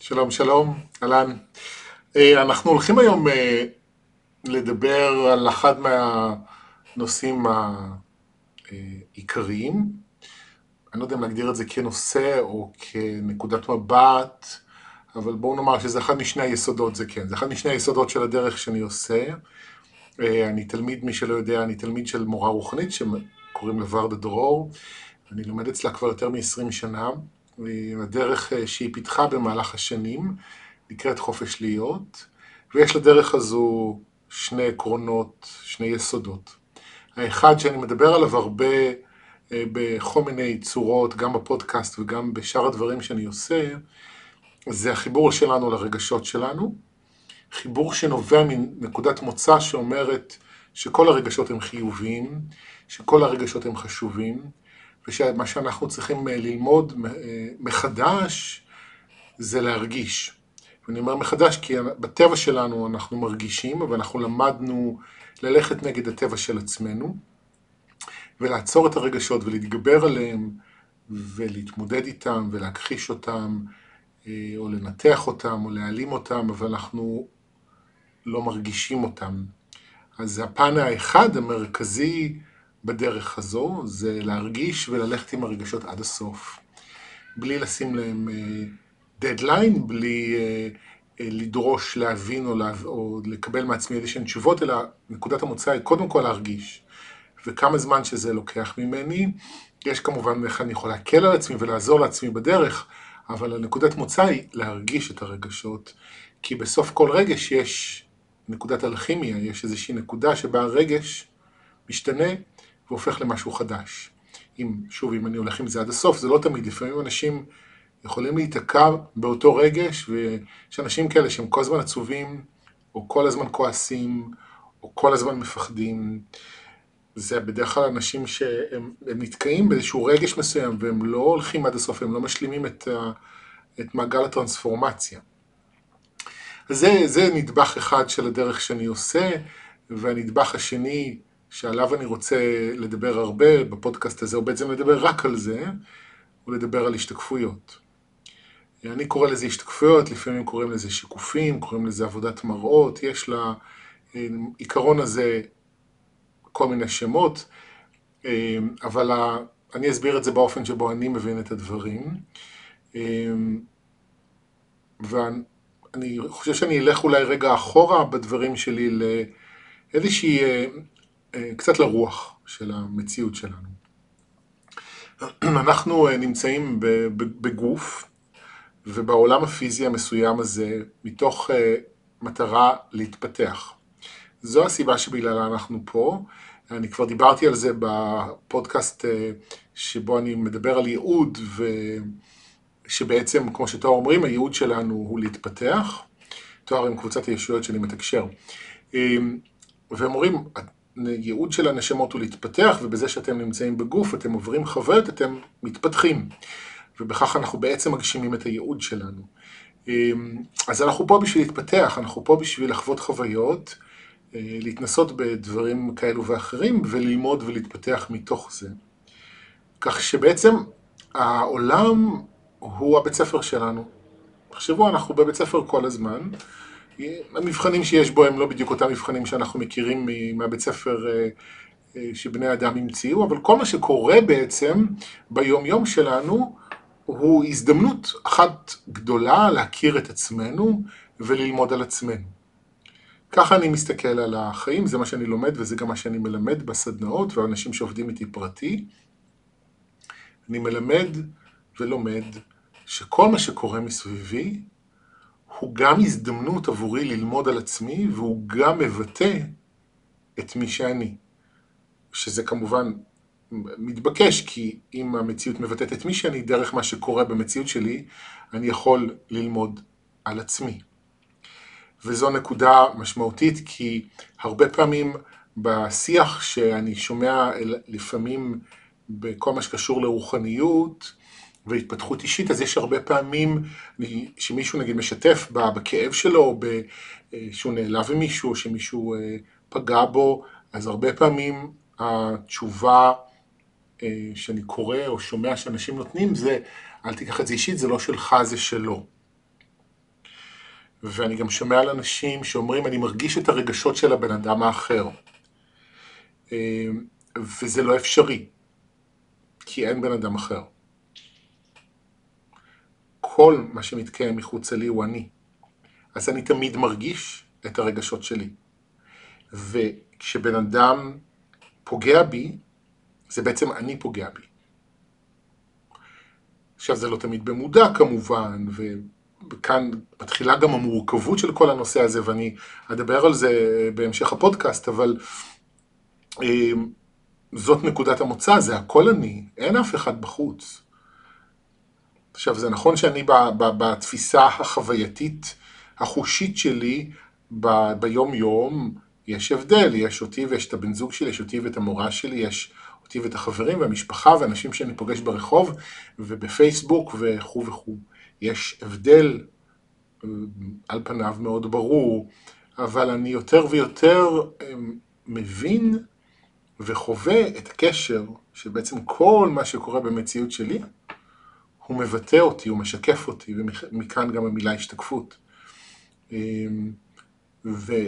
שלום, שלום, אהלן. אנחנו הולכים היום לדבר על אחד מהנושאים העיקריים. אני לא יודע אם להגדיר את זה כנושא או כנקודת מבט, אבל בואו נאמר שזה אחד משני היסודות, זה כן. זה אחד משני היסודות של הדרך שאני עושה. אני תלמיד, מי שלא יודע, אני תלמיד של מורה רוחנית שקוראים לה ורדה דרור. אני לומד אצלה כבר יותר מ-20 שנה. הדרך שהיא פיתחה במהלך השנים נקראת חופש להיות, ויש לדרך הזו שני עקרונות, שני יסודות. האחד שאני מדבר עליו הרבה בכל מיני צורות, גם בפודקאסט וגם בשאר הדברים שאני עושה, זה החיבור שלנו לרגשות שלנו, חיבור שנובע מנקודת מוצא שאומרת שכל הרגשות הם חיוביים, שכל הרגשות הם חשובים, ושמה שאנחנו צריכים ללמוד מחדש זה להרגיש. ואני אומר מחדש כי בטבע שלנו אנחנו מרגישים, אבל אנחנו למדנו ללכת נגד הטבע של עצמנו, ולעצור את הרגשות ולהתגבר עליהם, ולהתמודד איתם ולהכחיש אותם, או לנתח אותם או להעלים אותם, אבל אנחנו לא מרגישים אותם. אז הפן האחד המרכזי בדרך הזו זה להרגיש וללכת עם הרגשות עד הסוף, בלי לשים להם דדליין, בלי לדרוש להבין או לקבל מעצמי איזשהן תשובות, אלא נקודת המוצא היא קודם כל להרגיש. וכמה זמן שזה לוקח ממני, יש כמובן איך אני יכול להקל על עצמי ולעזור לעצמי בדרך, אבל הנקודת מוצא היא להרגיש את הרגשות, כי בסוף כל רגש יש נקודת אלכימיה, יש איזושהי נקודה שבה הרגש משתנה והופך למשהו חדש. אם אני הולך עם זה עד הסוף, זה לא תמיד, לפעמים אנשים יכולים להיתקע באותו רגש, ויש אנשים כאלה שהם כל הזמן עצובים, או כל הזמן כועסים, או כל הזמן מפחדים. זה בדרך כלל אנשים שהם נתקעים באיזשהו רגש מסוים, והם לא הולכים עד הסוף, הם לא משלימים את מעגל הטרנספורמציה. אז זה נדבך אחד של הדרך שאני עושה, והנדבך השני שעליו אני רוצה לדבר הרבה בפודקאסט הזה, או בעצם לדבר רק על זה, הוא לדבר על השתקפויות. אני קורא לזה השתקפויות, לפעמים קוראים לזה שיקופים, קוראים לזה עבודת מראות, יש לעיקרון הזה כל מיני שמות, אבל אני אסביר את זה באופן שבו אני מבין את הדברים, ואני חושב שאני אלך אולי רגע אחורה בדברים שלי לאיזושהי, קצת לרוח של המציאות שלנו. אנחנו נמצאים בגוף, ובעולם הפיזי המסוים הזה, מתוך מטרה להתפתח. זו הסיבה שבגללה אנחנו פה. אני כבר דיברתי על זה בפודקאסט שבו אני מדבר על ייעוד, ושבעצם, כמו שתואר אומרים, הייעוד שלנו הוא להתפתח. תואר עם קבוצת הישויות שאני מתקשר. והם אומרים, הייעוד של הנשמות הוא להתפתח, ובזה שאתם נמצאים בגוף, אתם עוברים חוויות, אתם מתפתחים. ובכך אנחנו בעצם מגשימים את הייעוד שלנו. אז אנחנו פה בשביל להתפתח, אנחנו פה בשביל לחוות חוויות, להתנסות בדברים כאלו ואחרים, וללמוד ולהתפתח מתוך זה. כך שבעצם העולם הוא הבית ספר שלנו. תחשבו, אנחנו בבית ספר כל הזמן. המבחנים שיש בו הם לא בדיוק אותם מבחנים שאנחנו מכירים מהבית ספר שבני אדם המציאו, אבל כל מה שקורה בעצם ביום יום שלנו, הוא הזדמנות אחת גדולה להכיר את עצמנו וללמוד על עצמנו. ככה אני מסתכל על החיים, זה מה שאני לומד וזה גם מה שאני מלמד בסדנאות ואנשים שעובדים איתי פרטי. אני מלמד ולומד שכל מה שקורה מסביבי הוא גם הזדמנות עבורי ללמוד על עצמי, והוא גם מבטא את מי שאני. שזה כמובן מתבקש, כי אם המציאות מבטאת את מי שאני, דרך מה שקורה במציאות שלי, אני יכול ללמוד על עצמי. וזו נקודה משמעותית, כי הרבה פעמים בשיח שאני שומע לפעמים בכל מה שקשור לרוחניות והתפתחות אישית, אז יש הרבה פעמים שמישהו נגיד משתף בכאב שלו, שהוא נעלב עם מישהו, שמישהו פגע בו, אז הרבה פעמים התשובה שאני קורא או שומע שאנשים נותנים זה, אל תיקח את זה אישית, זה לא שלך, זה שלו. ואני גם שומע על אנשים שאומרים, אני מרגיש את הרגשות של הבן אדם האחר. וזה לא אפשרי, כי אין בן אדם אחר. כל מה שמתקיים מחוצה לי הוא אני. אז אני תמיד מרגיש את הרגשות שלי. וכשבן אדם פוגע בי, זה בעצם אני פוגע בי. עכשיו זה לא תמיד במודע כמובן, וכאן מתחילה גם המורכבות של כל הנושא הזה, ואני אדבר על זה בהמשך הפודקאסט, אבל זאת נקודת המוצא, זה הכל אני, אין אף אחד בחוץ. עכשיו זה נכון שאני בתפיסה החווייתית, החושית שלי, ביום יום, יש הבדל, יש אותי ויש את הבן זוג שלי, יש אותי ואת המורה שלי, יש אותי ואת החברים והמשפחה ואנשים שאני פוגש ברחוב ובפייסבוק וכו' וכו'. יש הבדל על פניו מאוד ברור, אבל אני יותר ויותר מבין וחווה את הקשר שבעצם כל מה שקורה במציאות שלי, הוא מבטא אותי, הוא משקף אותי, ומכאן גם המילה השתקפות. וזה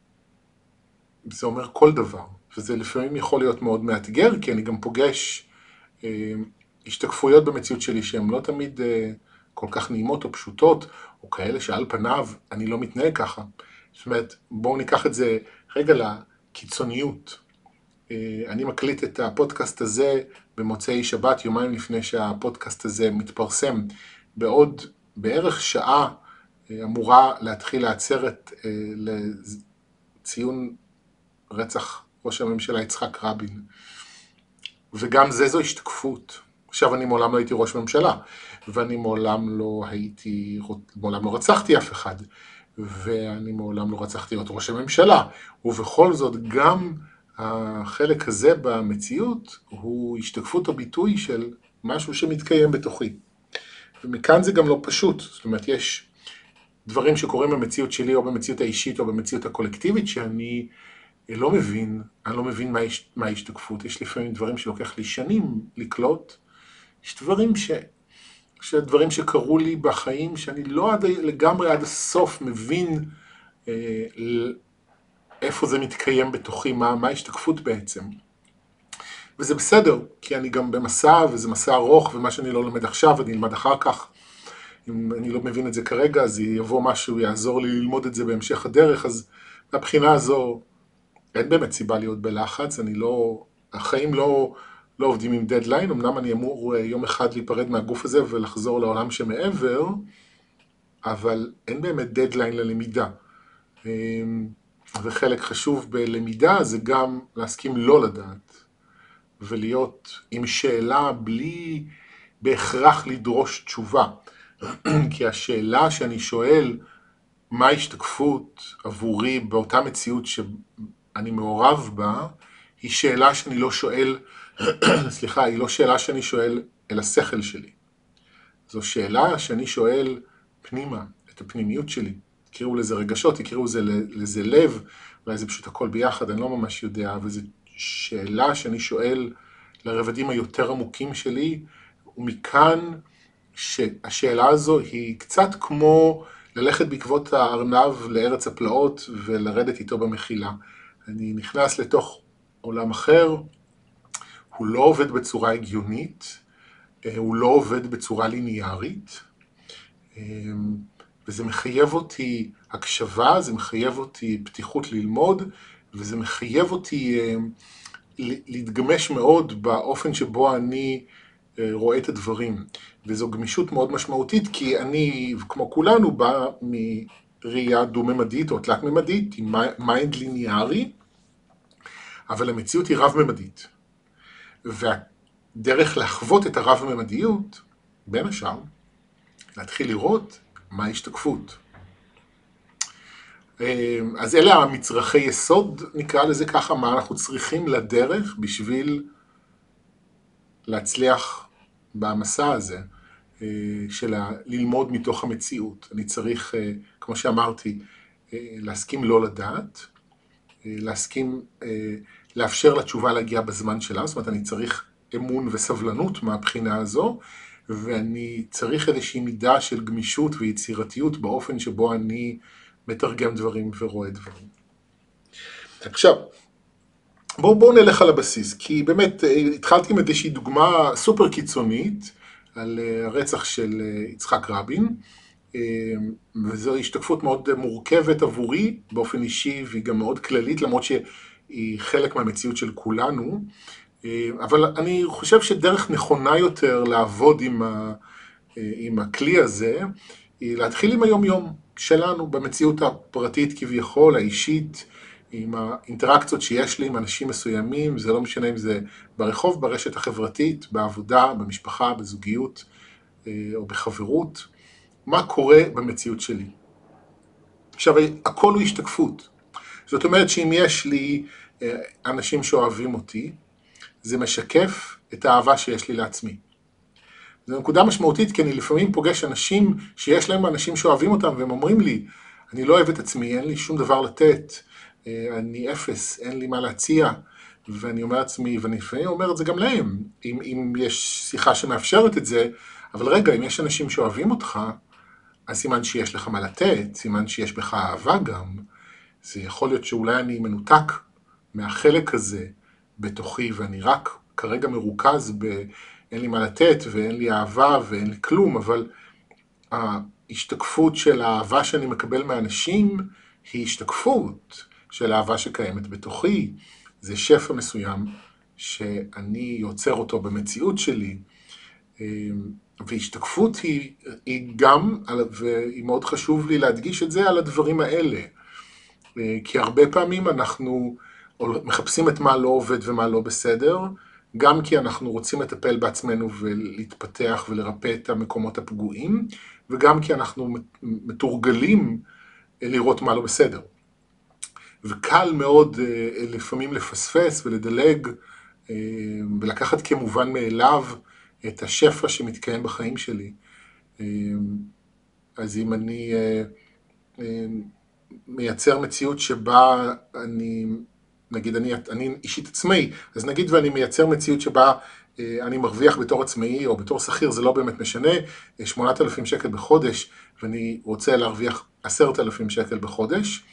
אומר כל דבר, וזה לפעמים יכול להיות מאוד מאתגר, כי אני גם פוגש השתקפויות במציאות שלי שהן לא תמיד כל כך נעימות או פשוטות, או כאלה שעל פניו אני לא מתנהג ככה. זאת אומרת, בואו ניקח את זה רגע לקיצוניות. אני מקליט את הפודקאסט הזה במוצאי שבת, יומיים לפני שהפודקאסט הזה מתפרסם. בעוד בערך שעה אמורה להתחיל העצרת לציון רצח ראש הממשלה יצחק רבין. וגם זו השתקפות. עכשיו אני מעולם לא הייתי ראש ממשלה, ואני מעולם לא רצחתי אף אחד, ואני מעולם לא רצחתי את ראש הממשלה, ובכל זאת גם החלק הזה במציאות הוא השתקפות או ביטוי של משהו שמתקיים בתוכי. ומכאן זה גם לא פשוט, זאת אומרת יש דברים שקורים במציאות שלי או במציאות האישית או במציאות הקולקטיבית שאני לא מבין, אני לא מבין מה ההשתקפות. יש לפעמים דברים שלוקח לי שנים לקלוט, יש דברים שקרו לי בחיים שאני לא לגמרי עד הסוף מבין איפה זה מתקיים בתוכי, מה ההשתקפות בעצם. וזה בסדר, כי אני גם במסע, וזה מסע ארוך, ומה שאני לא לומד עכשיו, אני אלמד אחר כך. אם אני לא מבין את זה כרגע, אז יבוא משהו, יעזור לי ללמוד את זה בהמשך הדרך, אז מהבחינה הזו, אין באמת סיבה להיות בלחץ, החיים לא עובדים עם דדליין, אמנם אני אמור יום אחד להיפרד מהגוף הזה ולחזור לעולם שמעבר, אבל אין באמת דדליין ללמידה. וחלק חשוב בלמידה זה גם להסכים לא לדעת, ולהיות עם שאלה בלי בהכרח לדרוש תשובה. כי השאלה שאני שואל, מה ההשתקפות עבורי באותה מציאות שאני מעורב בה, היא שאלה שאני לא שואל, היא לא שאלה שאני שואל אל השכל שלי. זו שאלה שאני שואל פנימה, את הפנימיות שלי. תקראו לזה רגשות, תקראו לזה לב, אולי זה פשוט הכל ביחד, אני לא ממש יודע, אבל זו שאלה שאני שואל לרבדים היותר עמוקים שלי, ומכאן שהשאלה הזו היא קצת כמו ללכת בעקבות הארנב לארץ הפלאות ולרדת איתו במחילה. אני נכנס לתוך עולם אחר, הוא לא עובד בצורה הגיונית, הוא לא עובד בצורה ליניארית, וזה מחייב אותי הקשבה, זה מחייב אותי פתיחות ללמוד, וזה מחייב אותי להתגמש מאוד באופן שבו אני רואה את הדברים. וזו גמישות מאוד משמעותית, כי אני, כמו כולנו, בא מראייה דו-ממדית או תלת-ממדית, עם מיינד ליניארי, אבל המציאות היא רב-ממדית. והדרך לחוות את הרב-ממדיות, בין השאר, להתחיל לראות מה ההשתקפות. אז אלה המצרכי יסוד, נקרא לזה ככה, מה אנחנו צריכים לדרך בשביל להצליח במסע הזה של ללמוד מתוך המציאות. אני צריך, כמו שאמרתי, להסכים לא לדעת, לאפשר לתשובה להגיע בזמן שלה, זאת אומרת אני צריך אמון וסבלנות מהבחינה הזו, ואני צריך איזושהי מידה של גמישות ויצירתיות באופן שבו אני מתרגם דברים ורואה דברים. עכשיו, בואו נלך על הבסיס, כי באמת התחלתי עם איזושהי דוגמה סופר קיצונית על הרצח של יצחק רבין, וזו השתקפות מאוד מורכבת עבורי באופן אישי, והיא גם מאוד כללית, למרות שהיא חלק מהמציאות של כולנו, אבל אני חושב שדרך נכונה יותר לעבוד עם הכלי הזה, היא להתחיל עם היום-יום שלנו, במציאות הפרטית כביכול, האישית, עם האינטראקציות שיש לי עם אנשים מסוימים, זה לא משנה אם זה ברחוב, ברשת החברתית, בעבודה, במשפחה, בזוגיות או בחברות, מה קורה במציאות שלי. עכשיו, הכל הוא השתקפות. זאת אומרת שאם יש לי אנשים שאוהבים אותי, זה משקף את האהבה שיש לי לעצמי. זו נקודה משמעותית, כי אני לפעמים פוגש אנשים שיש להם אנשים שאוהבים אותם, והם אומרים לי, אני לא אוהב את עצמי, אין לי שום דבר לתת, אני אפס, אין לי מה להציע, ואני אומר לעצמי, ואני לפעמים אומר את זה גם להם, אם יש שיחה שמאפשרת את זה, אבל רגע, אם יש אנשים שאוהבים אותך, אז סימן שיש לך מה לתת, סימן שיש בך אהבה גם, זה יכול להיות שאולי אני מנותק מהחלק הזה בתוכי, ואני רק כרגע מרוכז אין לי מה לתת, ואין לי אהבה, ואין לי כלום, אבל ההשתקפות של האהבה שאני מקבל מאנשים, היא השתקפות של האהבה שקיימת בתוכי. זה שפע מסוים שאני יוצר אותו במציאות שלי, והשתקפות היא גם, והיא מאוד חשוב לי להדגיש את זה, על הדברים האלה. כי הרבה פעמים אנחנו מחפשים את מה לא עובד ומה לא בסדר, גם כי אנחנו רוצים לטפל בעצמנו ולהתפתח ולרפא את המקומות הפגועים, וגם כי אנחנו מתורגלים לראות מה לא בסדר. וקל מאוד לפעמים לפספס ולדלג ולקחת כמובן מאליו את השפע שמתקיים בחיים שלי. אז אם אני מייצר מציאות שבה נגיד אני אישית עצמאי, אז נגיד ואני מייצר מציאות שבה אני מרוויח בתור עצמאי או בתור שכיר, זה לא באמת משנה, 8,000 שקל בחודש, ואני רוצה להרוויח 10,000 שקל בחודש,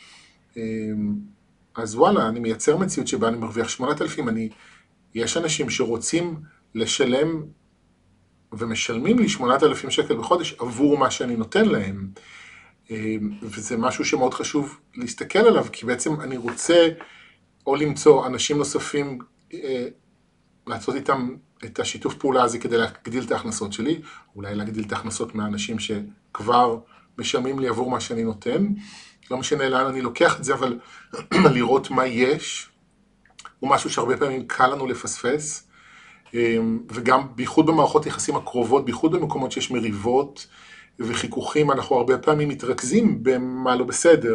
אז וואלה, אני מייצר מציאות שבה אני מרוויח 8,000, יש אנשים שרוצים לשלם ומשלמים לי 8,000 שקל בחודש עבור מה שאני נותן להם, וזה משהו שמאוד חשוב להסתכל עליו, כי בעצם אני רוצה או למצוא אנשים נוספים, לעשות איתם את השיתוף פעולה הזה כדי להגדיל את ההכנסות שלי, אולי להגדיל את ההכנסות מהאנשים שכבר משלמים לי עבור מה שאני נותן, לא משנה לאן אני לוקח את זה, אבל לראות מה יש, הוא משהו שהרבה פעמים קל לנו לפספס, וגם בייחוד במערכות יחסים הקרובות, בייחוד במקומות שיש מריבות וחיכוכים, אנחנו הרבה פעמים מתרכזים במה לא בסדר,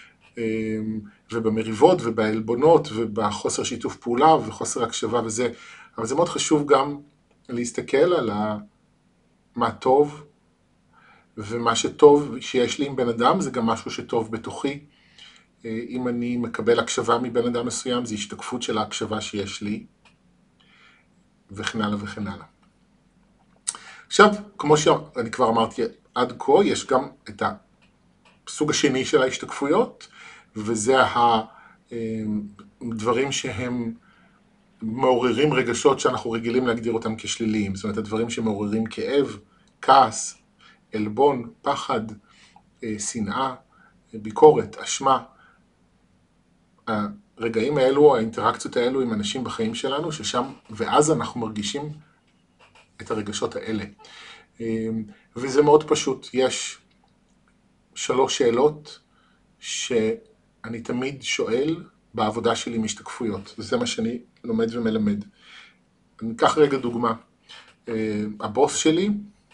ובמריבות ובעלבונות ובחוסר שיתוף פעולה וחוסר הקשבה וזה, אבל זה מאוד חשוב גם להסתכל על מה טוב, ומה שטוב שיש לי עם בן אדם זה גם משהו שטוב בתוכי. אם אני מקבל הקשבה מבן אדם מסוים, זה השתקפות של ההקשבה שיש לי, וכן הלאה וכן הלאה. עכשיו, כמו שאני כבר אמרתי עד כה, יש גם את הסוג השני של ההשתקפויות, וזה הדברים שהם מעוררים רגשות שאנחנו רגילים להגדיר אותם כשליליים. זאת אומרת, הדברים שמעוררים כאב, כעס, עלבון, פחד, שנאה, ביקורת, אשמה. הרגעים האלו, האינטראקציות האלו עם אנשים בחיים שלנו, ששם, ואז אנחנו מרגישים את הרגשות האלה. וזה מאוד פשוט. יש 3 שאלות שאני תמיד שואל בעבודה שלי עם השתקפויות. וזה מה שאני לומד ומלמד. אני אקח רגע דוגמה. הבוס שלי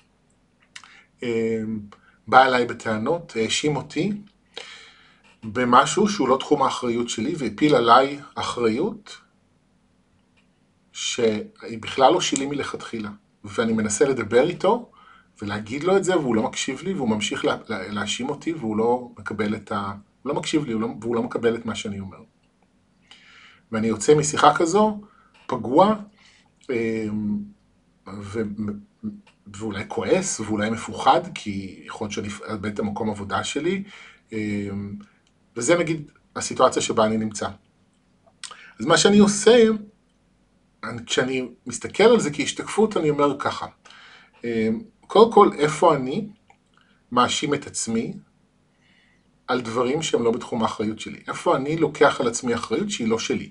בא אליי בטענות, האשים אותי במשהו שהוא לא תחום האחריות שלי, והפיל עליי אחריות שהיא בכלל לא שלי מלכתחילה. ואני מנסה לדבר איתו ולהגיד לו את זה, והוא לא מקשיב לי, והוא ממשיך להאשים אותי, והוא לא מקבל הוא לא מקשיב לי, והוא לא מקבל את מה שאני אומר. ואני יוצא משיחה כזו, פגוע, ואולי כועס, ואולי מפוחד, כי יכול להיות שאני אאבד את המקום עבודה שלי, וזה נגיד הסיטואציה שבה אני נמצא. אז מה שאני עושה, כשאני מסתכל על זה כהשתקפות, אני אומר ככה, קודם כל, איפה אני מאשים את עצמי על דברים שהם לא בתחום האחריות שלי? איפה אני לוקח על עצמי אחריות שהיא לא שלי?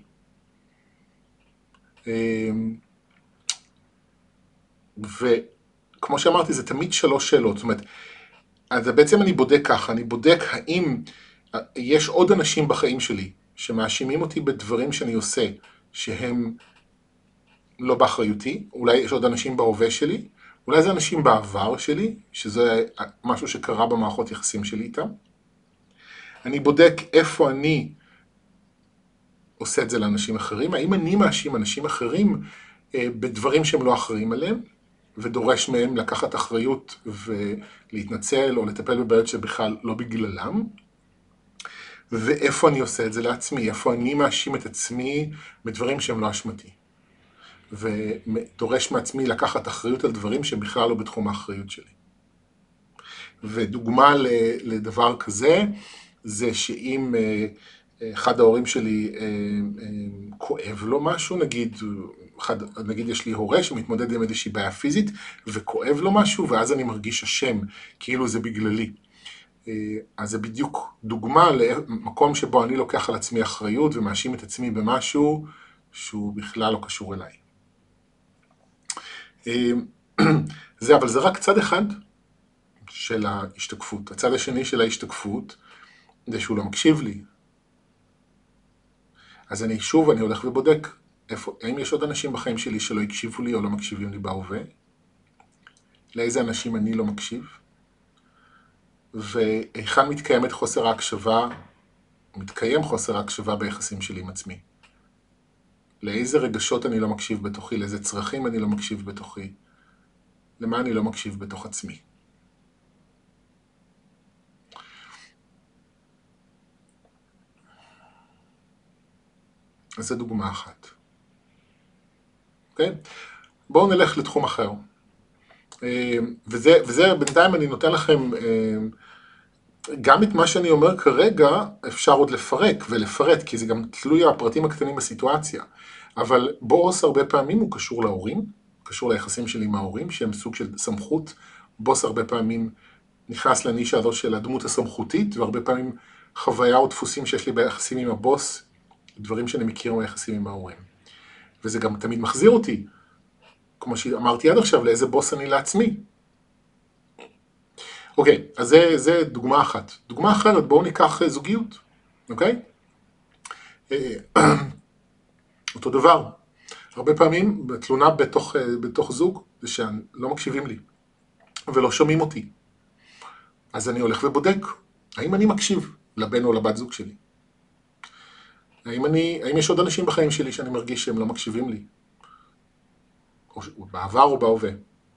וכמו שאמרתי, זה תמיד 3 שאלות. זאת אומרת, אז בעצם אני בודק ככה, אני בודק האם יש עוד אנשים בחיים שלי שמאשימים אותי בדברים שאני עושה שהם לא באחריותי, אולי יש עוד אנשים בהווה שלי, אולי זה אנשים בעבר שלי, שזה משהו שקרה במערכות יחסים שלי איתם. אני בודק איפה אני עושה את זה לאנשים אחרים, האם אני מאשים אנשים אחרים בדברים שהם לא אחראים עליהם, ודורש מהם לקחת אחריות ולהתנצל או לטפל בבעיות שבכלל לא בגללם, ואיפה אני עושה את זה לעצמי, איפה אני מאשים את עצמי בדברים שהם לא אשמתי, ודורש מעצמי לקחת אחריות על דברים שהם בכלל לא בתחום האחריות שלי. ודוגמה לדבר כזה, זה שאם אחד ההורים שלי כואב לו משהו, נגיד יש לי הורה שמתמודד עם איזושהי בעיה פיזית, וכואב לו משהו, ואז אני מרגיש אשם, כאילו זה בגללי. אז זה בדיוק דוגמה למקום שבו אני לוקח על עצמי אחריות, ומאשים את עצמי במשהו שהוא בכלל לא קשור אליי. אבל זה רק צד אחד של ההשתקפות. הצד השני של ההשתקפות, זה שהוא לא מקשיב לי. אז אני הולך ובודק, האם יש עוד אנשים בחיים שלי שלא הקשיבו לי או לא מקשיבים לי בהווה? לאיזה אנשים אני לא מקשיב? והיכן מתקיים חוסר ההקשבה ביחסים שלי עם עצמי? לאיזה רגשות אני לא מקשיב בתוכי? לאיזה צרכים אני לא מקשיב בתוכי? למה אני לא מקשיב בתוך עצמי? אז זו דוגמה אחת. אוקיי? בואו נלך לתחום אחר. וזה בינתיים אני נותן לכם, גם את מה שאני אומר כרגע אפשר עוד לפרט, כי זה גם תלוי הפרטים הקטנים בסיטואציה. אבל בוס הרבה פעמים הוא קשור להורים, קשור ליחסים שלי עם ההורים, שהם סוג של סמכות. בוס הרבה פעמים נכנס לנישה הזו של הדמות הסמכותית, והרבה פעמים חוויה או דפוסים שיש לי ביחסים עם הבוס, דברים שאני מכיר מהיחסים עם ההורים. וזה גם תמיד מחזיר אותי, כמו שאמרתי עד עכשיו, לאיזה בוס אני לעצמי. אוקיי, אז זה דוגמה אחת. דוגמה אחרת, בואו ניקח זוגיות, אוקיי? אותו דבר. הרבה פעמים בתלונה בתוך זוג, זה שלא מקשיבים לי, ולא שומעים אותי. אז אני הולך ובודק, האם אני מקשיב לבן או לבת זוג שלי? האם יש עוד אנשים בחיים שלי שאני מרגיש שהם לא מקשיבים לי? או בעבר או בהווה?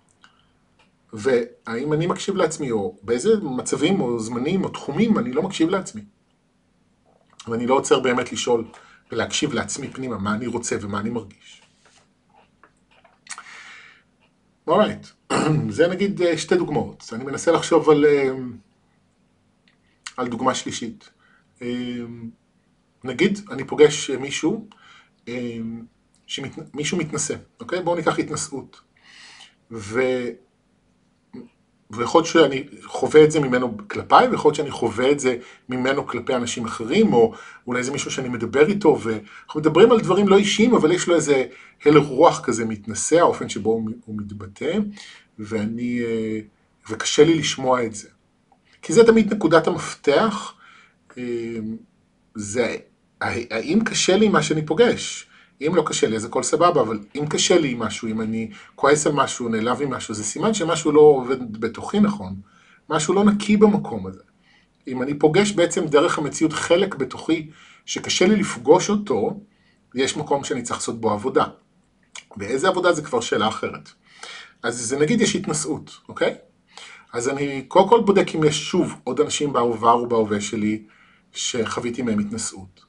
והאם אני מקשיב לעצמי, או באיזה מצבים או זמנים או תחומים אני לא מקשיב לעצמי? ואני לא עוצר באמת לשאול ולהקשיב לעצמי פנימה, מה אני רוצה ומה אני מרגיש. alright, זה נגיד 2 דוגמאות. אני מנסה לחשוב על דוגמה שלישית. נגיד, אני פוגש מישהו מתנשא, אוקיי? בואו ניקח התנשאות. ויכול להיות שאני חווה את זה ממנו כלפיי, ויכול להיות שאני חווה את זה ממנו כלפי אנשים אחרים, או אולי זה מישהו שאני מדבר איתו, ואנחנו מדברים על דברים לא אישיים, אבל יש לו איזה הלך רוח כזה מתנשא, האופן שבו הוא מתבטא, וקשה לי לשמוע את זה. כי זה תמיד נקודת המפתח, זה האם קשה לי מה שאני פוגש. אם לא קשה לי, אז הכל סבבה, אבל אם קשה לי משהו, אם אני כועס על משהו, נעלב עם משהו, זה סימן שמשהו לא עובד בתוכי נכון, משהו לא נקי במקום הזה. אם אני פוגש בעצם דרך המציאות חלק בתוכי, שקשה לי לפגוש אותו, יש מקום שאני צריך לעשות בו עבודה. ואיזה עבודה זה כבר שאלה אחרת. אז זה נגיד יש התנשאות, אוקיי? אז אני קודם כל בודק אם יש שוב עוד אנשים בעבר או בהווה שלי, שחוויתי מהם התנשאות.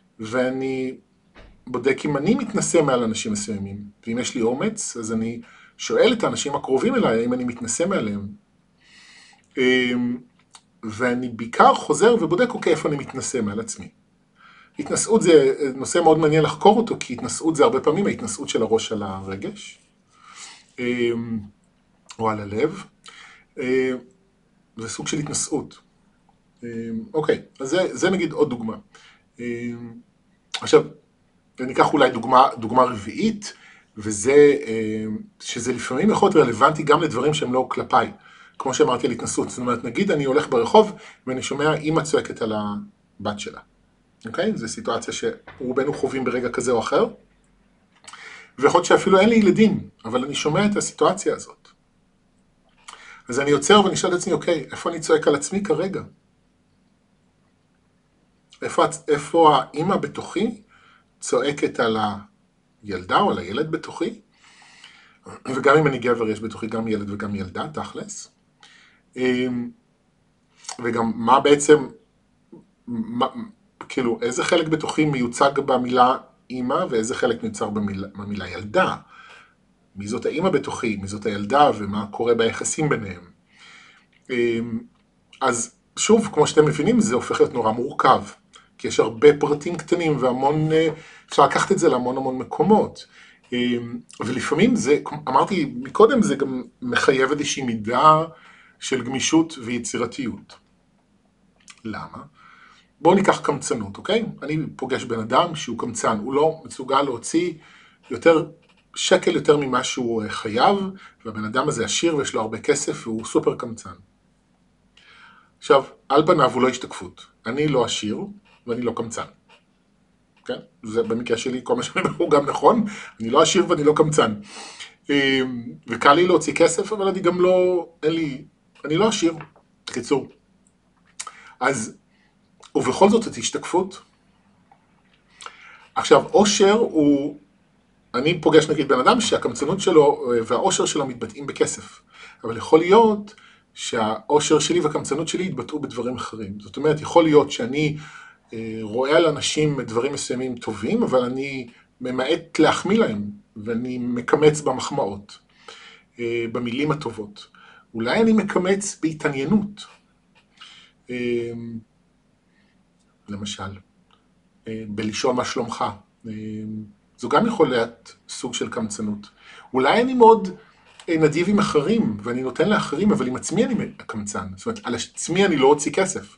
ואני בודק אם אני מתנשא מעל אנשים מסוימים, ואם יש לי אומץ, אז אני שואל את האנשים הקרובים אליי, האם אני מתנסה מעליהם. ואני בעיקר חוזר ובודק, אוקיי, איפה אני מתנסה מעל עצמי. התנסות זה נושא מאוד מעניין לחקור אותו, כי התנסות זה הרבה פעמים ההתנסות של הראש על הרגש, או על הלב. זה סוג של התנסות. אוקיי, אז זה נגיד עוד דוגמה. עכשיו, ניקח אולי דוגמה רביעית, וזה שזה לפעמים יכול להיות רלוונטי גם לדברים שהם לא כלפיי, כמו שאמרתי על התנסות. זאת אומרת, נגיד אני הולך ברחוב ואני שומע אמא צועקת על הבת שלה. אוקיי? זו סיטואציה שרובנו חווים ברגע כזה או אחר, ויכול להיות שאפילו אין לי ילדים, אבל אני שומע את הסיטואציה הזאת. אז אני יוצר ואני שואל את עצמי, אוקיי, איפה אני צועק על עצמי כרגע? איפה האמא בתוכי צועקת על הילדה או על הילד בתוכי? וגם אם אני גבר יש בתוכי גם ילד וגם ילדה, תכלס. וגם מה בעצם, כאילו, איזה חלק בתוכי מיוצג במילה אמא, ואיזה חלק מיוצר במילה ילדה. מי זאת האמא בתוכי, מי זאת הילדה, ומה קורה ביחסים ביניהם. אז שוב, כמו שאתם מבינים, זה הופך להיות נורא מורכב, כי יש הרבה פרטים קטנים, והמון, אפשר לקחת את זה להמון המון מקומות. ולפעמים זה, אמרתי מקודם, זה גם מחייב איזושהי מידה של גמישות ויצירתיות. למה? בואו ניקח קמצנות, אוקיי? אני פוגש בן אדם שהוא קמצן, הוא לא מסוגל להוציא שקל יותר ממה שהוא חייב, והבן אדם הזה עשיר ויש לו הרבה כסף והוא סופר קמצן. עכשיו, על פניו הוא לא השתקפות. אני לא עשיר ואני לא קמצן. כן? זה במקרה שלי, כל מה שאני אומר הוא גם נכון, אני לא עשיר ואני לא קמצן. וקל לי להוציא כסף, אבל אני גם לא, אני לא עשיר. בקיצור. אז, ובכל זאת את השתקפות. עכשיו, עושר הוא, אני פוגש נגיד בן אדם שהקמצנות שלו והעושר שלו מתבטאים בכסף. אבל יכול להיות שהעושר שלי והקמצנות שלי יתבטאו בדברים אחרים. זאת אומרת, יכול להיות שאני רואה על אנשים דברים מסוימים טובים, אבל אני ממעט להחמיא להם, ואני מקמץ במחמאות, במילים הטובות. אולי אני מקמץ בהתעניינות. למשל, בלשאול מה שלומך. זו גם יכול להיות סוג של קמצנות. אולי אני מאוד נדיב עם אחרים, ואני נותן לאחרים, אבל עם עצמי אני קמצן. זאת אומרת, על עצמי אני לא הוציא כסף,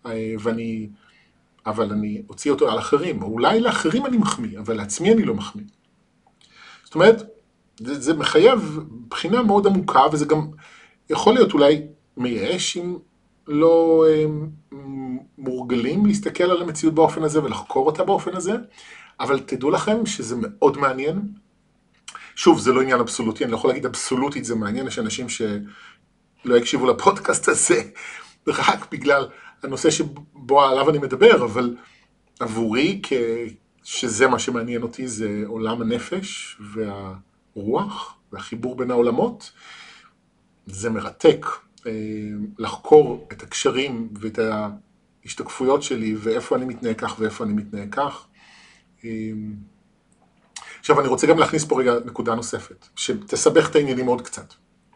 אבל אני הוציא אותו על אחרים. או אולי לאחרים אני מחמיא, אבל לעצמי אני לא מחמיא. זאת אומרת, זה מחייב בחינה מאוד עמוקה, וזה גם יכול להיות אולי מייאש אם לא מורגלים להסתכל על המציאות באופן הזה ולחקור אותה באופן הזה, אבל תדעו לכם שזה מאוד מעניין. שוב, זה לא עניין אבסולוטי, אני לא יכול להגיד אבסולוטית זה מעניין, יש אנשים שלא יקשיבו לפודקאסט הזה, רק בגלל הנושא שבו עליו אני מדבר, אבל עבורי, שזה מה שמעניין אותי, זה עולם הנפש והרוח והחיבור בין העולמות, זה מרתק לחקור את הקשרים ואת ההשתקפויות שלי, ואיפה אני מתנהג כך ואיפה אני מתנהג כך. עכשיו, אני רוצה גם להכניס פה רגע נקודה נוספת, שתסבך את העניינים עוד קצת.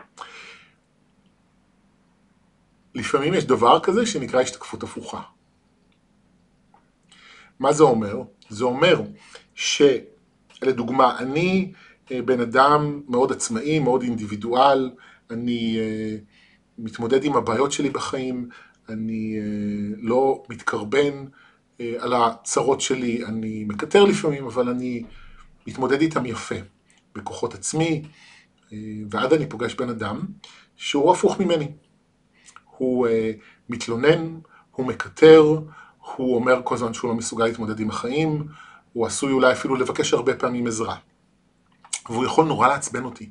לפעמים יש דבר כזה שנקרא השתקפות הפוכה. מה זה אומר? זה אומר שלדוגמה, אני בן אדם מאוד עצמאי, מאוד אינדיבידואל, אני מתמודד עם הבעיות שלי בחיים, אני לא מתקרבן על הצרות שלי, אני מקטר לפעמים, אבל אני מתמודד איתם יפה, בכוחות עצמי, ועד אני פוגש בן אדם שהוא הפוך ממני. הוא מתלונן, הוא מקטר, הוא אומר כל הזמן שהוא לא מסוגל להתמודד עם החיים, הוא עשוי אולי אפילו לבקש הרבה פעמים עזרה. והוא יכול נורא לעצבן אותי.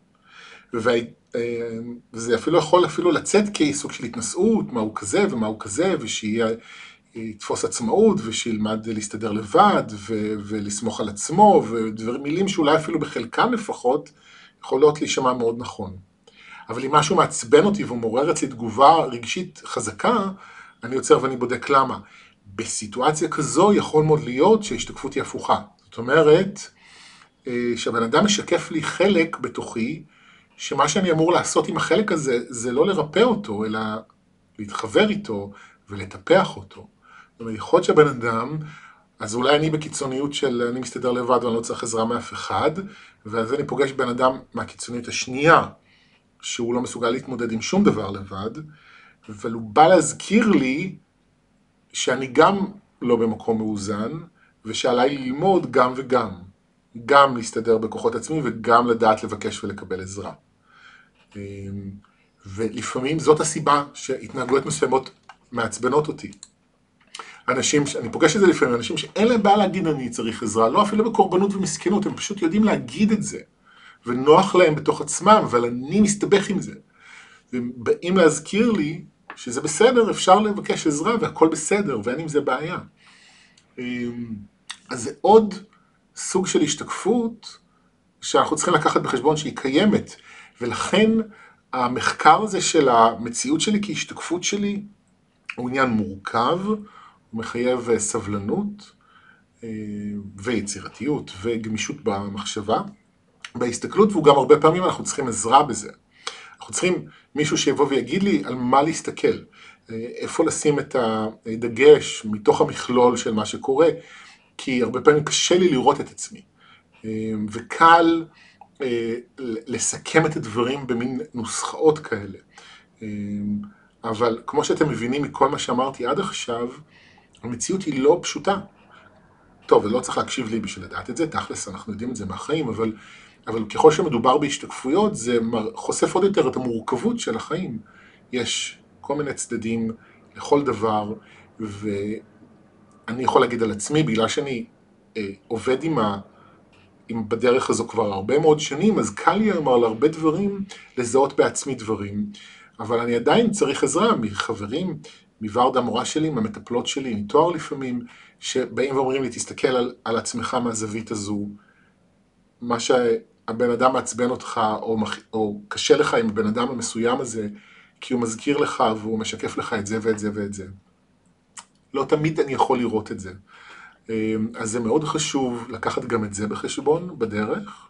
וזה אפילו יכול לצאת כסוג של התנסות, מה הוא כזה ומה הוא כזה, ושיתפוס עצמאות, ושילמד להסתדר לבד, ולסמוך על עצמו, ומילים שאולי אפילו בחלקם לפחות, יכולות להישמע מאוד נכון. אבל אם משהו מעצבן אותי והוא מעורר אצלי תגובה רגשית חזקה, אני יוצר ואני בודק למה. בסיטואציה כזו יכול מאוד להיות שההשתקפות היא הפוכה. זאת אומרת, שהבן אדם משקף לי חלק בתוכי שמה שאני אמור לעשות עם החלק הזה, זה לא לרפא אותו, אלא להתחבר איתו ולטפח אותו. זאת אומרת, יכול להיות שהבן אדם, אז אולי אני בקיצוניות של אני מסתדר לבד ואני לא צריך עזרה מאף אחד, ואז אני פוגש בן אדם מהקיצוניות השנייה, שהוא לא מסוגל להתמודד עם שום דבר לבד, אבל הוא בא להזכיר לי שאני גם לא במקום מאוזן, ושעליי ללמוד גם וגם. גם להסתדר בכוחות עצמי וגם לדעת לבקש ולקבל עזרה. ולפעמים זאת הסיבה שהתנהגויות מסוימות מעצבנות אותי. אנשים, אני פוגש את זה לפעמים, אנשים שאין להם בעיה להגיד אני צריך עזרה, לא אפילו בקורבנות ומסכנות, הם פשוט יודעים להגיד את זה, ונוח להם בתוך עצמם, אבל אני מסתבך עם זה. והם באים להזכיר לי שזה בסדר, אפשר לבקש עזרה והכל בסדר, ואין עם זה בעיה. אז זה עוד סוג של השתקפות שאנחנו צריכים לקחת בחשבון שהיא קיימת, ולכן המחקר הזה של המציאות שלי כהשתקפות שלי הוא עניין מורכב, הוא מחייב סבלנות ויצירתיות וגמישות במחשבה, בהסתכלות, והוא גם הרבה פעמים אנחנו צריכים עזרה בזה. אנחנו צריכים מישהו שיבוא ויגיד לי על מה להסתכל, איפה לשים את הדגש מתוך המכלול של מה שקורה, כי הרבה פעמים קשה לי לראות את עצמי, וקל לסכם את הדברים במין נוסחאות כאלה. אבל כמו שאתם מבינים מכל מה שאמרתי עד עכשיו, המציאות היא לא פשוטה. טוב, ולא צריך להקשיב לי בשביל לדעת את זה, תכלס אנחנו יודעים את זה מהחיים, אבל ככל שמדובר בהשתקפויות, זה חושף עוד יותר את המורכבות של החיים. יש כל מיני צדדים לכל דבר, ואני יכול להגיד על עצמי, בגלל שאני עובד בדרך הזו כבר הרבה מאוד שנים, אז קל לי אמר להרבה דברים, לזהות בעצמי דברים, אבל אני עדיין צריך עזרה מחברים, מוורדה המורה שלי, מהמטפלות שלי, מתואר לפעמים, שבאים ואומרים לי, תסתכל על עצמך מהזווית הזו, מה שהבן אדם מעצבן אותך, או קשה לך עם הבן אדם המסוים הזה, כי הוא מזכיר לך והוא משקף לך את זה ואת זה ואת זה. לא תמיד אני יכול לראות את זה. אז זה מאוד חשוב לקחת גם את זה בחשבון, בדרך.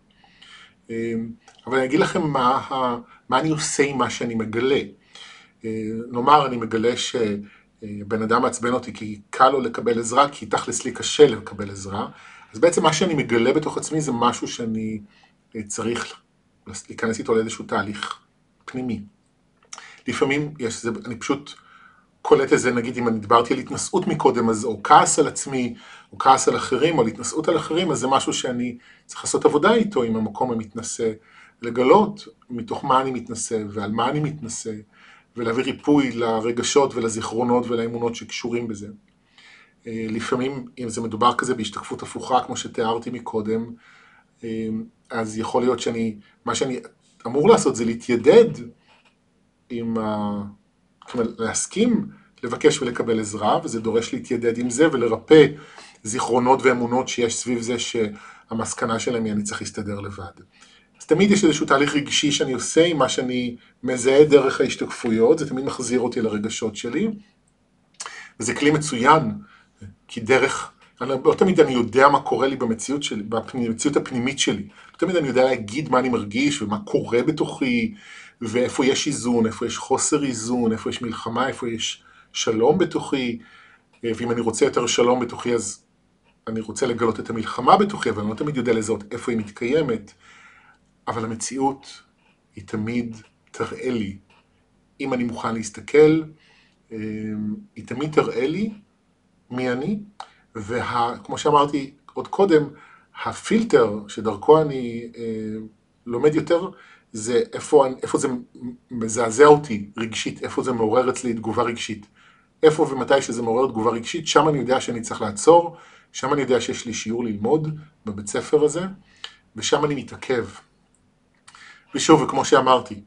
אבל אני אגיד לכם מה אני עושה עם מה שאני מגלה. נאמר, אני מגלה שבן אדם מעצבן אותי כי קל לו לקבל עזרה, כי תכלס לי קשה לקבל עזרה. אז בעצם מה שאני מגלה בתוך עצמי זה משהו שאני צריך להיכנס איתו לאיזשהו תהליך פנימי. לפעמים אני פשוט קולט את זה, נגיד אם אני דיברתי על התנסות מקודם, אז או כעס על עצמי, או כעס על אחרים, או על התנסות על אחרים, אז זה משהו שאני צריך לעשות עבודה איתו, עם המקום המתנסה, לגלות מתוך מה אני מתנסה, ועל מה אני מתנסה, ולהביא ריפוי לרגשות ולזיכרונות ולאמונות שקשורים בזה. לפעמים, אם זה מדובר כזה בהשתקפות הפוכה, כמו שתיארתי מקודם, אז יכול להיות מה שאני אמור לעשות זה להתיידד עם להסכים, לבקש ולקבל עזרה, וזה דורש להתיידד עם זה ולרפא זיכרונות ואמונות שיש סביב זה שהמסקנה שלהם היא אני צריך להסתדר לבד. אז תמיד יש איזשהו תהליך רגשי שאני עושה עם מה שאני מזהה דרך ההשתקפויות, זה תמיד מחזיר אותי לרגשות שלי, וזה כלי מצוין, כי לא תמיד אני יודע מה קורה לי במציאות שלי, במציאות הפנימית שלי, לא תמיד אני יודע להגיד מה אני מרגיש ומה קורה בתוכי, ואיפה יש איזון, איפה יש חוסר איזון, איפה יש מלחמה, איפה יש שלום בתוכי, ואם אני רוצה יותר שלום בתוכי, אז אני רוצה לגלות את המלחמה בתוכי, אבל אני לא תמיד יודע לזהות איפה היא מתקיימת, אבל המציאות היא תמיד תראה לי, אם אני מוכן להסתכל, היא תמיד תראה לי מי אני, וכמו שאמרתי עוד קודם, הפילטר שדרכו אני לומד יותר, זה איפה זה מזעזע אותי רגשית, איפה זה מעורר אצלי תגובה רגשית. איפה ומתי שזה מעורר תגובה רגשית, שם אני יודע שאני צריך לעצור, שם אני יודע שיש לי שיעור ללמוד בבית ספר הזה, ושם אני מתעכב. ושוב, וכמו שאמרתי,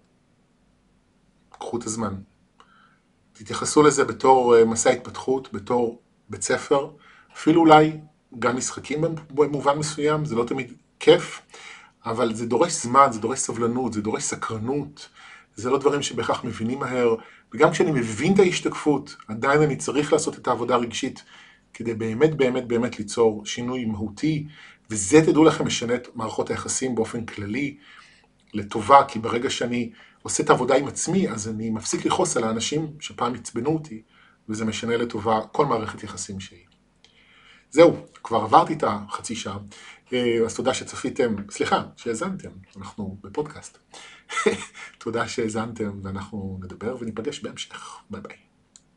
קחו את הזמן. תתייחסו לזה בתור מסע התפתחות, בתור בית ספר, אפילו אולי גם משחקים במובן מסוים, זה לא תמיד כיף, אבל זה דורש זמן, זה דורש סבלנות, זה דורש סקרנות, זה לא דברים שבכך מבינים מהר, וגם כשאני מבין את ההשתקפות, עדיין אני צריך לעשות את העבודה הרגשית, כדי באמת באמת באמת ליצור שינוי מהותי, וזה תדעו לכם משנה את מערכות היחסים באופן כללי, לטובה, כי ברגע שאני עושה את העבודה עם עצמי, אז אני מפסיק לכעוס על האנשים שפעם עצבנו אותי, וזה משנה לטובה כל מערכת יחסים שהיא. זהו, כבר עברתי את החצי שעה, אז תודה שצפיתם, סליחה, שהאזנתם, אנחנו בפודקאסט. תודה שהאזנתם, ואנחנו נדבר וניפגש בהמשך. ביי ביי.